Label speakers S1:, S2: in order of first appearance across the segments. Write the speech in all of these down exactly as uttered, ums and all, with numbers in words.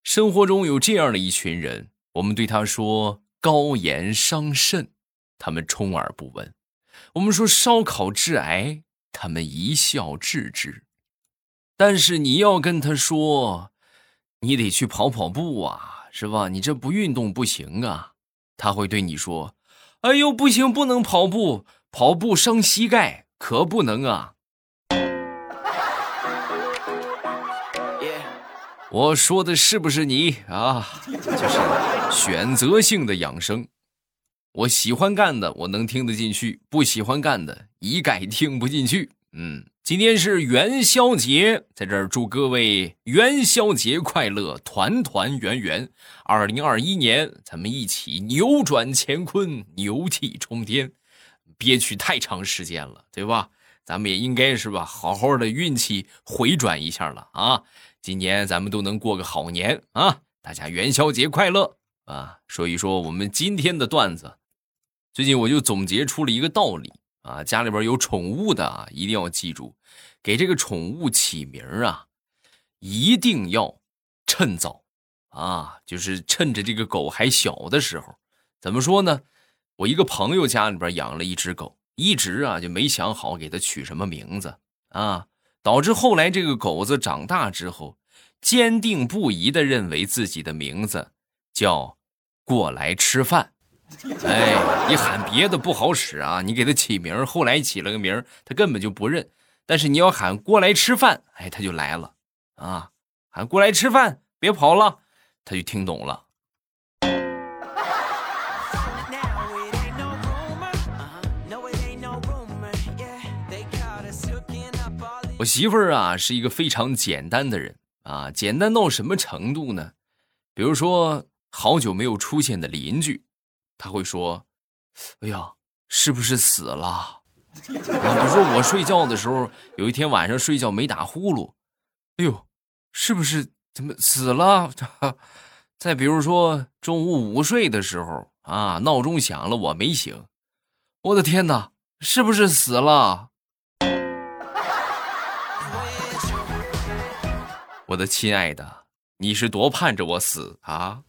S1: 生活中有这样的一群人，我们对他说高盐伤肾，他们充耳不闻；我们说烧烤致癌，他们一笑置之。但是你要跟他说，你得去跑跑步啊，是吧？你这不运动不行啊。他会对你说，哎呦，不行，不能跑步，跑步伤膝盖，可不能啊。我说的是不是你啊？就是选择性的养生。我喜欢干的我能听得进去，不喜欢干的一概听不进去。嗯，今天是元宵节，在这儿祝各位元宵节快乐，团团圆圆。二零二一年咱们一起扭转乾坤，牛气冲天。憋屈太长时间了，对吧？咱们也应该是吧，好好的运气回转一下了啊！今年咱们都能过个好年啊！大家元宵节快乐啊！说一说我们今天的段子。最近我就总结出了一个道理啊，家里边有宠物的啊，一定要记住，给这个宠物起名啊，一定要趁早啊，就是趁着这个狗还小的时候。怎么说呢？我一个朋友家里边养了一只狗，一直啊就没想好给它取什么名字啊，导致后来这个狗子长大之后，坚定不移地认为自己的名字叫过来吃饭。哎，你喊别的不好使啊，你给它起名，后来起了个名，它根本就不认。但是你要喊过来吃饭，哎，它就来了啊！喊过来吃饭，别跑了，它就听懂了。我媳妇儿啊是一个非常简单的人啊，简单到什么程度呢？比如说好久没有出现的邻居，她会说：“哎呀，是不是死了？”啊，比如说我睡觉的时候，有一天晚上睡觉没打呼噜，哎呦，是不是怎么死了？再比如说中午午睡的时候啊，闹钟响了我没醒，我的天哪，是不是死了？我的亲爱的，你是多盼着我死啊？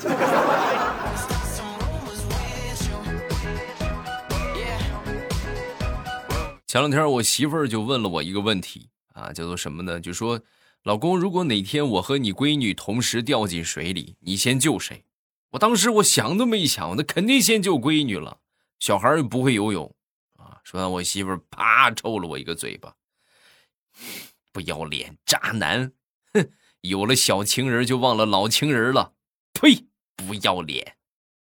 S1: 前两天我媳妇儿就问了我一个问题啊，叫做什么呢？就说老公，如果哪天我和你闺女同时掉进水里，你先救谁？我当时我想都没想，那肯定先救闺女了，小孩又不会游泳啊。说完我媳妇儿啪抽了我一个嘴巴，不要脸渣男，哼，有了小情人就忘了老情人了，呸，不要脸。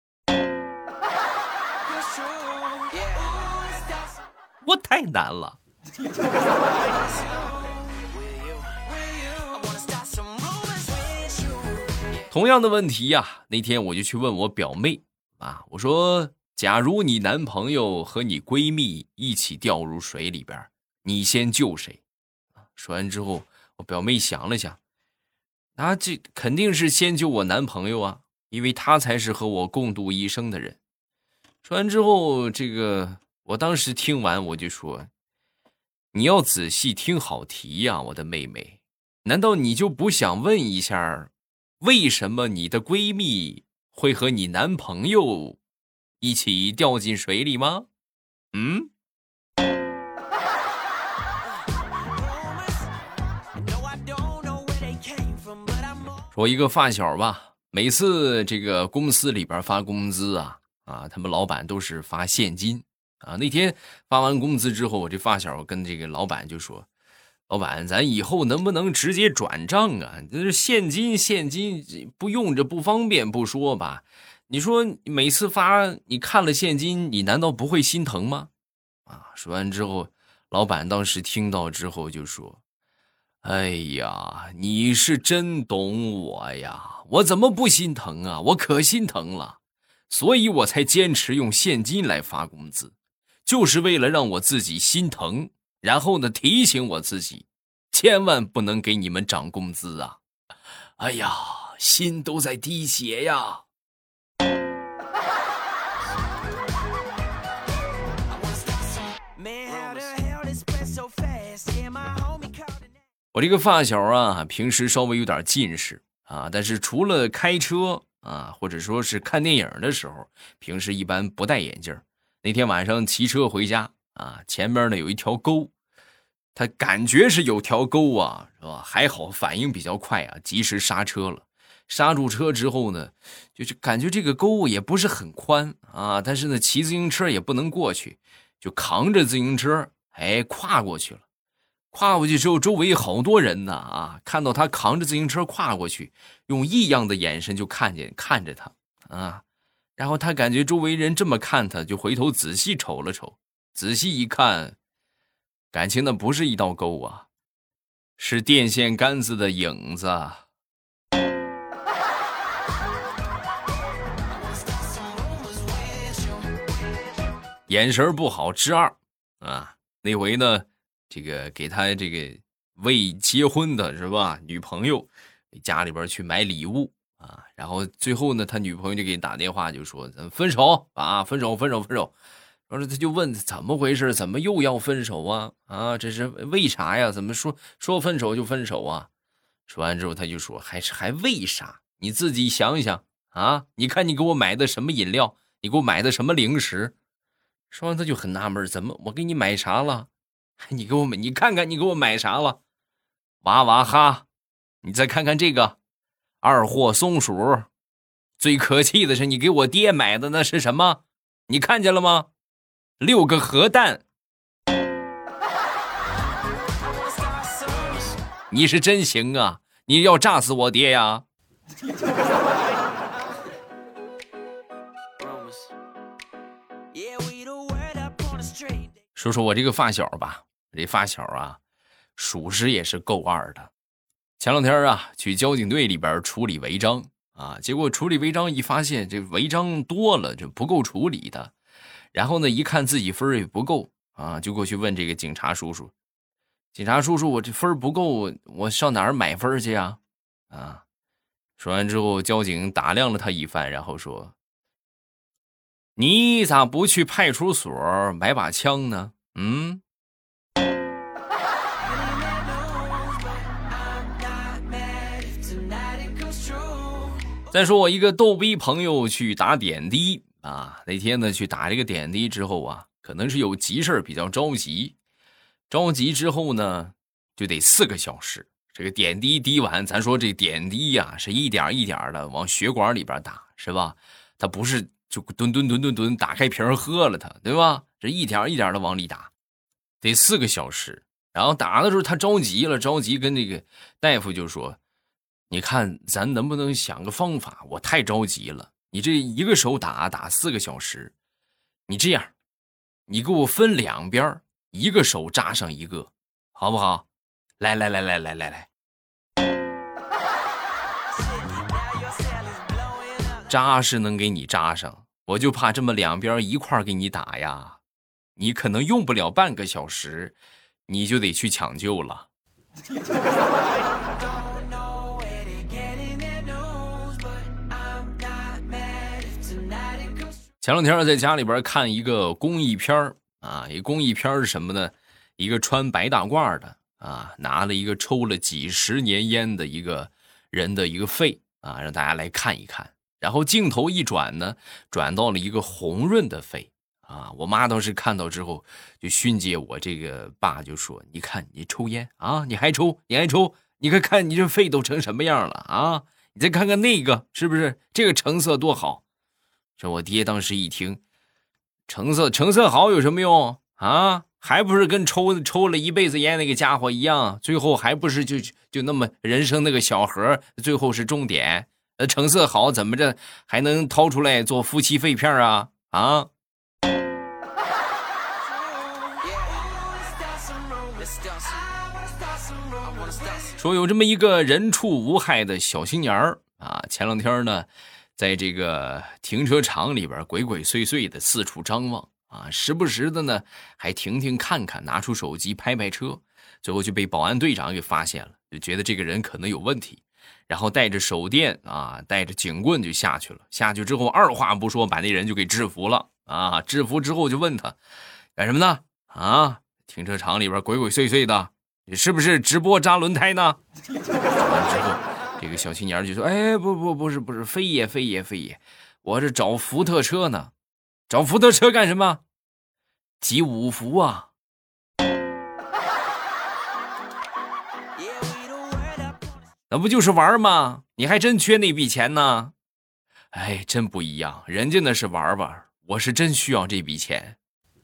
S1: 我太难了。同样的问题呀、啊，那天我就去问我表妹啊，我说假如你男朋友和你闺蜜一起掉入水里边，你先救谁？说完之后我表妹想了想，啊，这肯定是先救我男朋友啊，因为他才是和我共度一生的人。说完之后，这个我当时听完我就说，你要仔细听好题呀、啊，我的妹妹，难道你就不想问一下，为什么你的闺蜜会和你男朋友一起掉进水里吗？嗯？说一个发小吧，每次这个公司里边发工资啊，啊，他们老板都是发现金啊。那天发完工资之后，我这发小跟这个老板就说，老板，咱以后能不能直接转账啊？这是现金，现金不用着不方便不说吧，你说每次发你看了现金，你难道不会心疼吗？啊，说完之后，老板当时听到之后就说，哎呀，你是真懂我呀，我怎么不心疼啊？我可心疼了，所以我才坚持用现金来发工资，就是为了让我自己心疼，然后呢提醒我自己，千万不能给你们涨工资啊！哎呀，心都在滴血呀！我这个发小啊，平时稍微有点近视啊，但是除了开车啊，或者说是看电影的时候，平时一般不戴眼镜。那天晚上骑车回家啊，前面呢有一条沟，他感觉是有条沟啊，是吧？还好反应比较快啊，及时刹车了。刹住车之后呢，就是感觉这个沟也不是很宽啊，但是呢，骑自行车也不能过去，就扛着自行车，哎，跨过去了。跨过去之后，周围好多人呢啊，看到他扛着自行车跨过去，用异样的眼神就看见看着他啊，然后他感觉周围人这么看他，就回头仔细瞅了瞅，仔细一看，感情那不是一道沟啊，是电线杆子的影子。眼神不好之二啊，那回呢，这个给他这个未结婚的是吧女朋友家里边去买礼物啊，然后最后呢，他女朋友就给打电话就说咱分手啊，分手分手分手。然后他就问怎么回事，怎么又要分手啊？啊，这是为啥呀？怎么说说分手就分手啊？说完之后他就说还是还为啥？你自己想一想啊，你看你给我买的什么饮料，你给我买的什么零食。说完他就很纳闷，怎么我给你买啥了？你给我买，你看看你给我买啥了？娃娃哈，你再看看这个二货松鼠。最可气的是你给我爹买的那是什么？你看见了吗？六个核弹。你是真行啊，你要炸死我爹呀。说说我这个发小吧，这发小啊，属实也是够二的。前两天啊，去交警队里边处理违章啊，结果处理违章一发现这违章多了，就不够处理的。然后呢，一看自己分也不够啊，就过去问这个警察叔叔：“警察叔叔，我这分不够，我上哪儿买分去啊？”啊，说完之后，交警打量了他一番，然后说：“你咋不去派出所买把枪呢？嗯？”再说我一个逗逼朋友去打点滴啊，那天呢去打这个点滴之后啊，可能是有急事比较着急，着急之后呢就得四个小时。这个点滴滴完，咱说这点滴呀、啊、是一点一点的往血管里边打，是吧？它不是就吨吨吨吨吨打开瓶喝了它，对吧？这一点一点的往里打，得四个小时。然后打的时候他着急了，着急跟这个大夫就说：“你看咱能不能想个方法？我太着急了，你这一个手打打四个小时，你这样，你给我分两边，一个手扎上一个，好不好？来来来来来来来，扎是能给你扎上，我就怕这么两边一块给你打呀，你可能用不了半个小时，你就得去抢救了。”前两天在家里边看一个公益片啊，一公益片是什么呢？一个穿白大褂的啊，拿了一个抽了几十年烟的一个人的一个肺啊，让大家来看一看。然后镜头一转呢，转到了一个红润的肺啊。我妈当时看到之后就训诫我这个爸，就说：“你看你抽烟啊，你还抽，你还抽，你看看你这肺都成什么样了啊！你再看看那个，是不是这个成色多好？”这我爹当时一听，成色成色好有什么用啊？还不是跟抽抽了一辈子烟那个家伙一样，最后还不是就就那么人生那个小盒，最后是终点。呃，成色好怎么着还能掏出来做夫妻肺片啊？啊！说有这么一个人畜无害的小青年儿啊，前两天呢，在这个停车场里边鬼鬼祟祟的四处张望啊，时不时的呢还停停看看，拿出手机拍拍车，最后就被保安队长给发现了，就觉得这个人可能有问题，然后带着手电啊，带着警棍就下去了。下去之后二话不说把那人就给制服了啊！制服之后就问他干什么呢？啊，停车场里边鬼鬼祟祟的，你是不是直播扎轮胎呢？完之后这个小青年就说：“哎，不不不是不是，非也非也非也，我这找福特车呢，找福特车干什么？集五福啊！”那不就是玩吗？你还真缺那笔钱呢？哎，真不一样，人家那是玩玩，我是真需要这笔钱。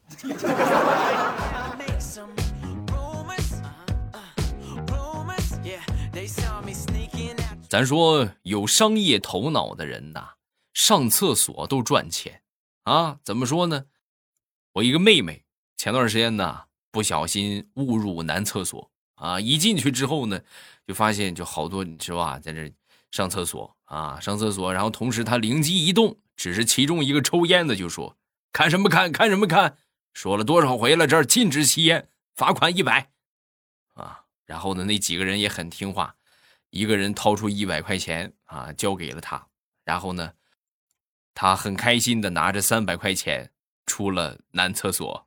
S1: 咱说有商业头脑的人呐，上厕所都赚钱啊！怎么说呢？我一个妹妹前段时间呢，不小心误入男厕所啊，一进去之后呢，就发现就好多你知道吧，在这上厕所啊，上厕所，然后同时她灵机一动，只是其中一个抽烟的就说：“看什么看，看什么看？说了多少回了，这儿禁止吸烟，罚款一百。”啊，然后呢，那几个人也很听话。一个人掏出一百块钱啊，交给了他，然后呢，他很开心的拿着三百块钱出了男厕所。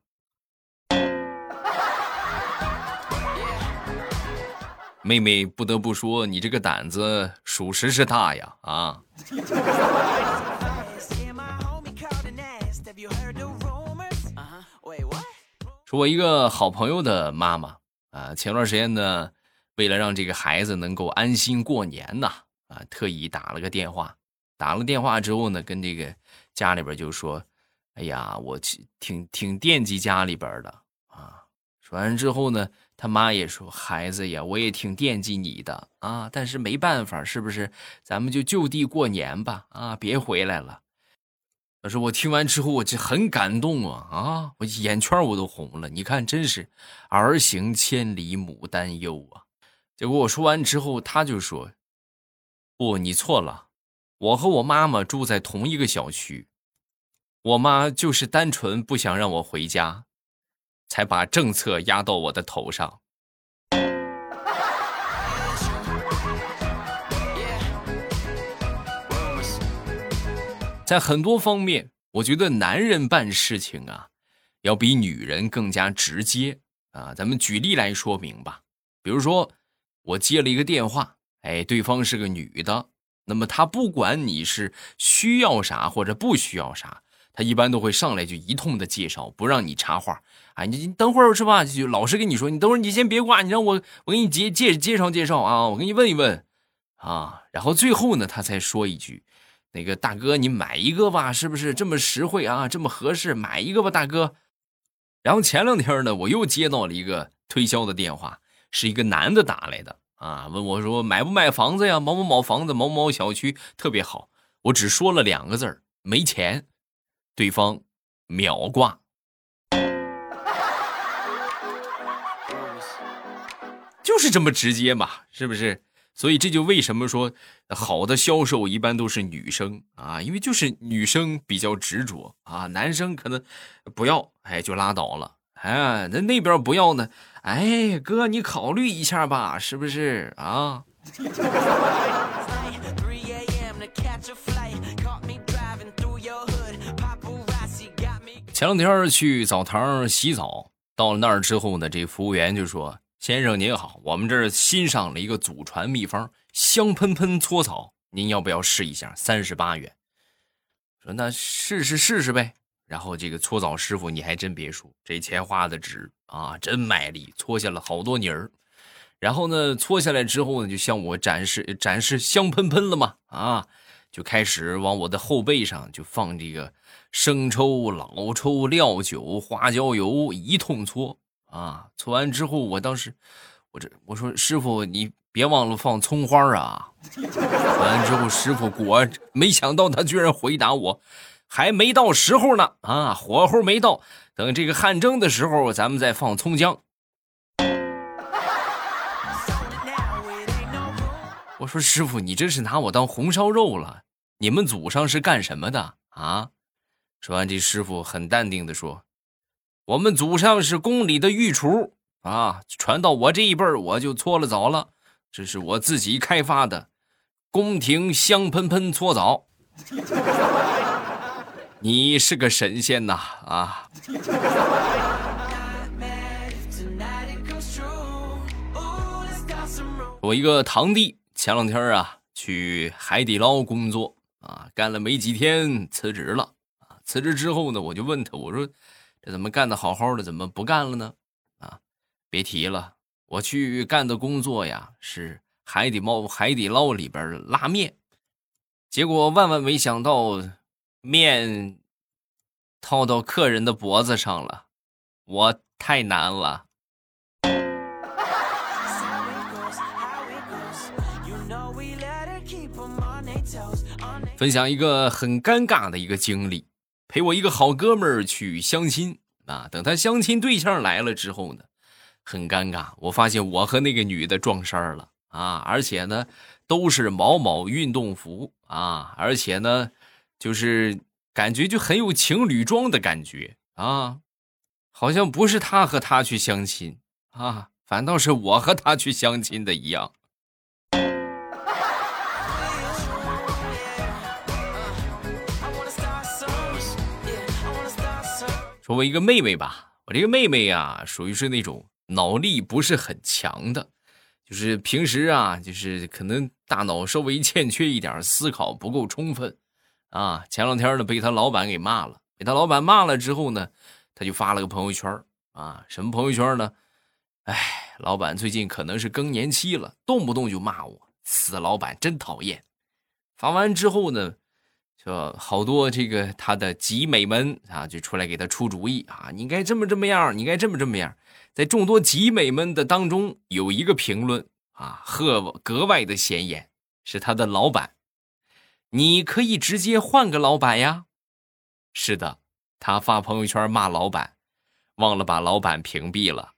S1: 妹妹不得不说，你这个胆子属实是大呀啊！说我一个好朋友的妈妈啊，前段时间呢。为了让这个孩子能够安心过年呐，啊，特意打了个电话。打了电话之后呢，跟这个家里边就说：“哎呀，我挺挺惦记家里边的啊。”说完之后呢，他妈也说：“孩子呀，我也挺惦记你的啊，但是没办法，是不是？咱们就就地过年吧，啊，别回来了。”可是我听完之后，我这很感动啊啊，我眼圈我都红了。你看，真是儿行千里母担忧啊。结果我说完之后，他就说：“不，你错了，我和我妈妈住在同一个小区，我妈就是单纯不想让我回家，才把政策压到我的头上。”在很多方面，我觉得男人办事情啊，要比女人更加直接啊。咱们举例来说明吧，比如说。我接了一个电话，哎，对方是个女的，那么她不管你是需要啥或者不需要啥，她一般都会上来就一通的介绍，不让你插话。哎，你你等会儿是吧？就老实跟你说，你等会儿你先别挂，你让我我给你介介介绍介绍啊，我给你问一问啊。然后最后呢，她才说一句：“那个大哥，你买一个吧，是不是这么实惠啊？这么合适，买一个吧，大哥。”然后前两天呢，我又接到了一个推销的电话。是一个男的打来的啊，问我说买不买房子呀？某某某房子某某小区特别好。我只说了两个字儿，没钱。对方秒挂。就是这么直接嘛，是不是？所以这就为什么说好的销售一般都是女生啊，因为就是女生比较执着啊，男生可能不要，哎，就拉倒了。哎，那那边不要呢？哎，哥，你考虑一下吧，是不是啊？前两天去澡堂洗澡，到了那儿之后呢，这服务员就说：“先生您好，我们这儿新上了一个祖传秘方，香喷喷搓澡，您要不要试一下？三十八元。”说那试试试试呗。然后这个搓澡师傅，你还真别说，这钱花的值啊，真卖力，搓下了好多泥儿。然后呢，搓下来之后呢，就向我展示展示香喷喷了嘛，啊，就开始往我的后背上就放这个生抽、老抽、料酒、花椒油，一通搓啊。搓完之后，我当时我这我说师傅，你别忘了放葱花啊。搓完之后，师傅果没想到他居然回答我。还没到时候呢啊，火候没到，等这个汗蒸的时候咱们再放葱姜。我说师傅，你这是拿我当红烧肉了，你们祖上是干什么的啊？说完，这师傅很淡定的说：“我们祖上是宫里的御厨啊，传到我这一辈儿我就搓了澡了，这是我自己开发的宫廷香喷喷搓澡。”你是个神仙呐啊！我一个堂弟前两天啊去海底捞工作啊，干了没几天辞职了啊。辞职之后呢，我就问他，我说这怎么干得好好的，怎么不干了呢？啊，别提了，我去干的工作呀是海底捞海底捞里边拉面，结果万万没想到面套到客人的脖子上了，我太难了。分享一个很尴尬的一个经历，陪我一个好哥们儿去相亲啊，等他相亲对象来了之后呢，很尴尬，我发现我和那个女的撞衫了啊，而且呢都是某某运动服啊，而且呢就是感觉就很有情侣装的感觉啊，好像不是他和他去相亲啊，反倒是我和他去相亲的一样。说我一个妹妹吧，我这个妹妹啊，属于是那种脑力不是很强的，就是平时啊，就是可能大脑稍微欠缺一点，思考不够充分啊。前两天呢，被他老板给骂了，被他老板骂了之后呢，他就发了个朋友圈啊，什么朋友圈呢？哎，老板最近可能是更年期了，动不动就骂我，死老板真讨厌。发完之后呢，就好多这个他的集美们啊，就出来给他出主意啊，你应该这么这么样，你应该这么这么样。在众多集美们的当中，有一个评论啊，格格外的显眼，是他的老板。你可以直接换个老板呀。是的，他发朋友圈骂老板，忘了把老板屏蔽了。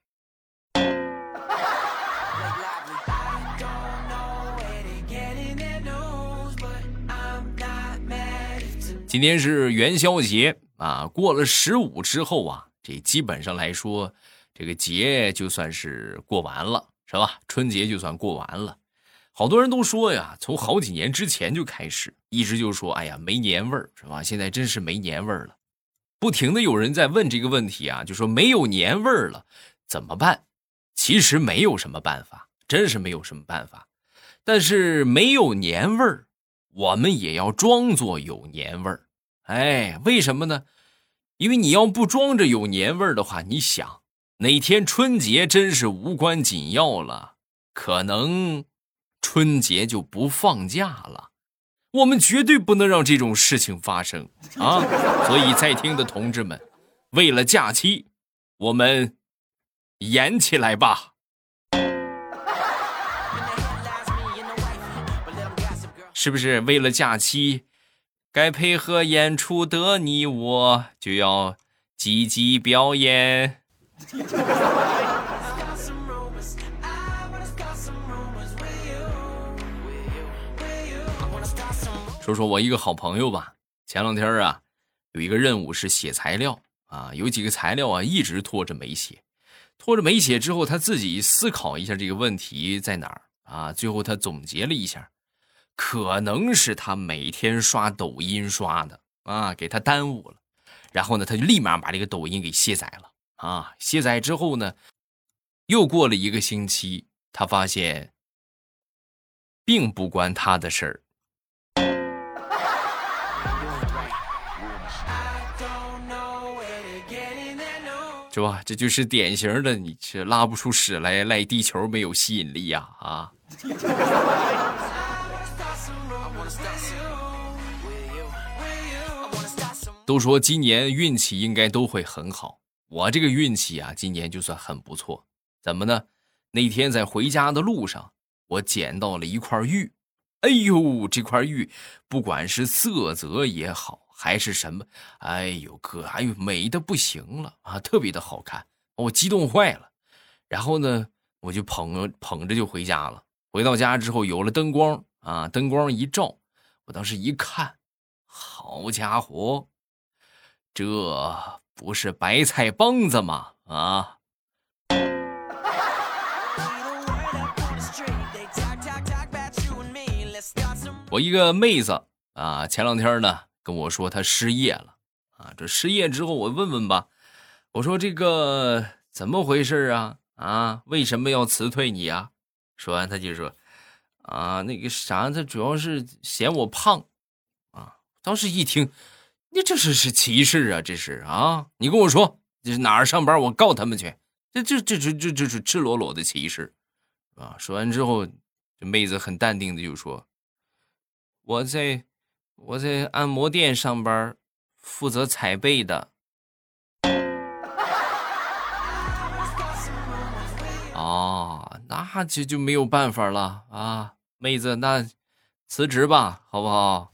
S1: 今天是元宵节啊，过了十五之后啊，这基本上来说，这个节就算是过完了，是吧？春节就算过完了。好多人都说呀，从好几年之前就开始，一直就说，哎呀，没年味儿，是吧？现在真是没年味儿了。不停的有人在问这个问题啊，就说没有年味儿了，怎么办？其实没有什么办法，真是没有什么办法。但是没有年味儿，我们也要装作有年味儿。哎，为什么呢？因为你要不装着有年味儿的话，你想哪天春节真是无关紧要了，可能春节就不放假了。我们绝对不能让这种事情发生啊！所以在听的同志们，为了假期，我们演起来吧。是不是为了假期，该配合演出的你我就要积极表演？说说我一个好朋友吧，前两天啊，有一个任务是写材料啊，有几个材料啊一直拖着没写，拖着没写之后，他自己思考一下这个问题在哪儿啊，最后他总结了一下，可能是他每天刷抖音刷的啊，给他耽误了。然后呢，他就立马把这个抖音给卸载了啊。卸载之后呢，又过了一个星期，他发现并不关他的事儿。是吧？这就是典型的，你是拉不出屎来赖地球没有吸引力呀！啊。都说今年运气应该都会很好，我这个运气啊，今年就算很不错。怎么呢？那天在回家的路上，我捡到了一块玉。哎呦，这块玉不管是色泽也好，还是什么，哎呦哥，哎呦美的不行了啊，特别的好看，我激动坏了。然后呢，我就捧捧着就回家了。回到家之后，有了灯光啊，灯光一照，我当时一看，好家伙，这不是白菜帮子吗？啊！我一个妹子啊，前两天呢跟我说她失业了啊。这失业之后，我问问吧，我说这个怎么回事啊？啊，为什么要辞退你啊？说完她就说啊，那个啥，他主要是嫌我胖啊。当时一听，你这是是歧视啊，这是啊！你跟我说这是哪儿上班，我告他们去。这这这这这这是赤裸裸的歧视啊！说完之后，这妹子很淡定的就说：“我在我在按摩店上班，负责踩背的。”哦，那这就没有办法了啊，妹子，那辞职吧，好不好？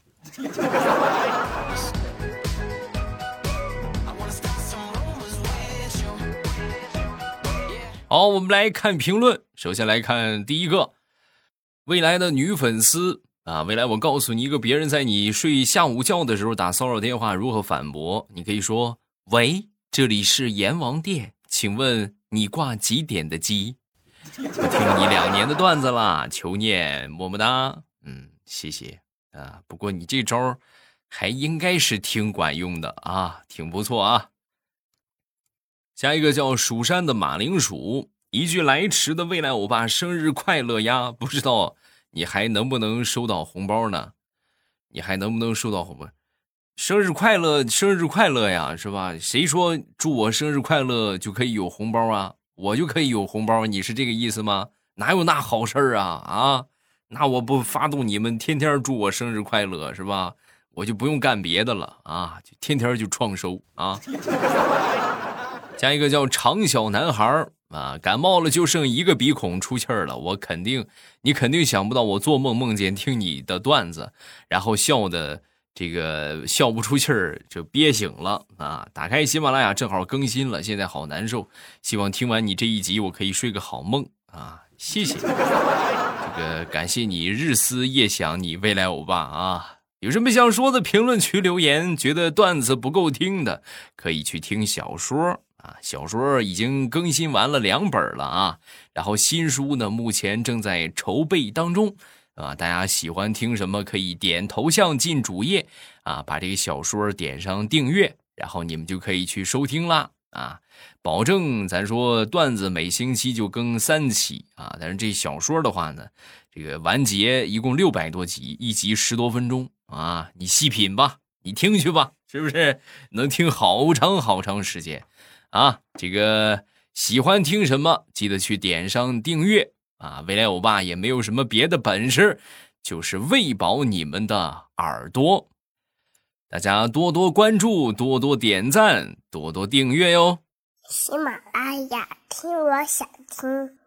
S1: 好，我们来看评论。首先来看第一个，未来的女粉丝啊，未来我告诉你一个别人在你睡下午觉的时候打骚扰电话如何反驳。你可以说：喂，这里是阎王店，请问你挂几点的机？我听你两年的段子啦，求念，么么哒。嗯，谢谢啊。不过你这招还应该是挺管用的啊，挺不错啊。下一个叫蜀山的马铃薯，一句来迟的未来欧巴生日快乐呀！不知道你还能不能收到红包呢？你还能不能收到红包？生日快乐，生日快乐呀，是吧？谁说祝我生日快乐就可以有红包啊？我就可以有红包，你是这个意思吗？哪有那好事儿啊？啊，那我不发动你们天天祝我生日快乐是吧？我就不用干别的了啊，就天天就创收啊。加一个叫长小男孩啊，感冒了就剩一个鼻孔出气儿了，我肯定你肯定想不到，我做梦梦见听你的段子，然后笑的这个笑不出气儿就憋醒了啊！打开喜马拉雅正好更新了，现在好难受，希望听完你这一集我可以睡个好梦啊！谢谢，这个感谢你日思夜想你未来欧巴啊！有什么想说的评论区留言，觉得段子不够听的可以去听小说啊，小说已经更新完了两本了啊，然后新书呢目前正在筹备当中啊，大家喜欢听什么可以点头像进主页啊，把这个小说点上订阅，然后你们就可以去收听啦啊，保证咱说段子每星期就更三期啊，但是这小说的话呢，这个完结一共六百多集，一集十多分钟啊，你细品吧，你听去吧，是不是能听好长好长时间？啊，这个喜欢听什么记得去点上订阅啊！未来欧巴也没有什么别的本事，就是喂饱你们的耳朵。大家多多关注，多多点赞，多多订阅哟。
S2: 喜马拉雅，听我想听。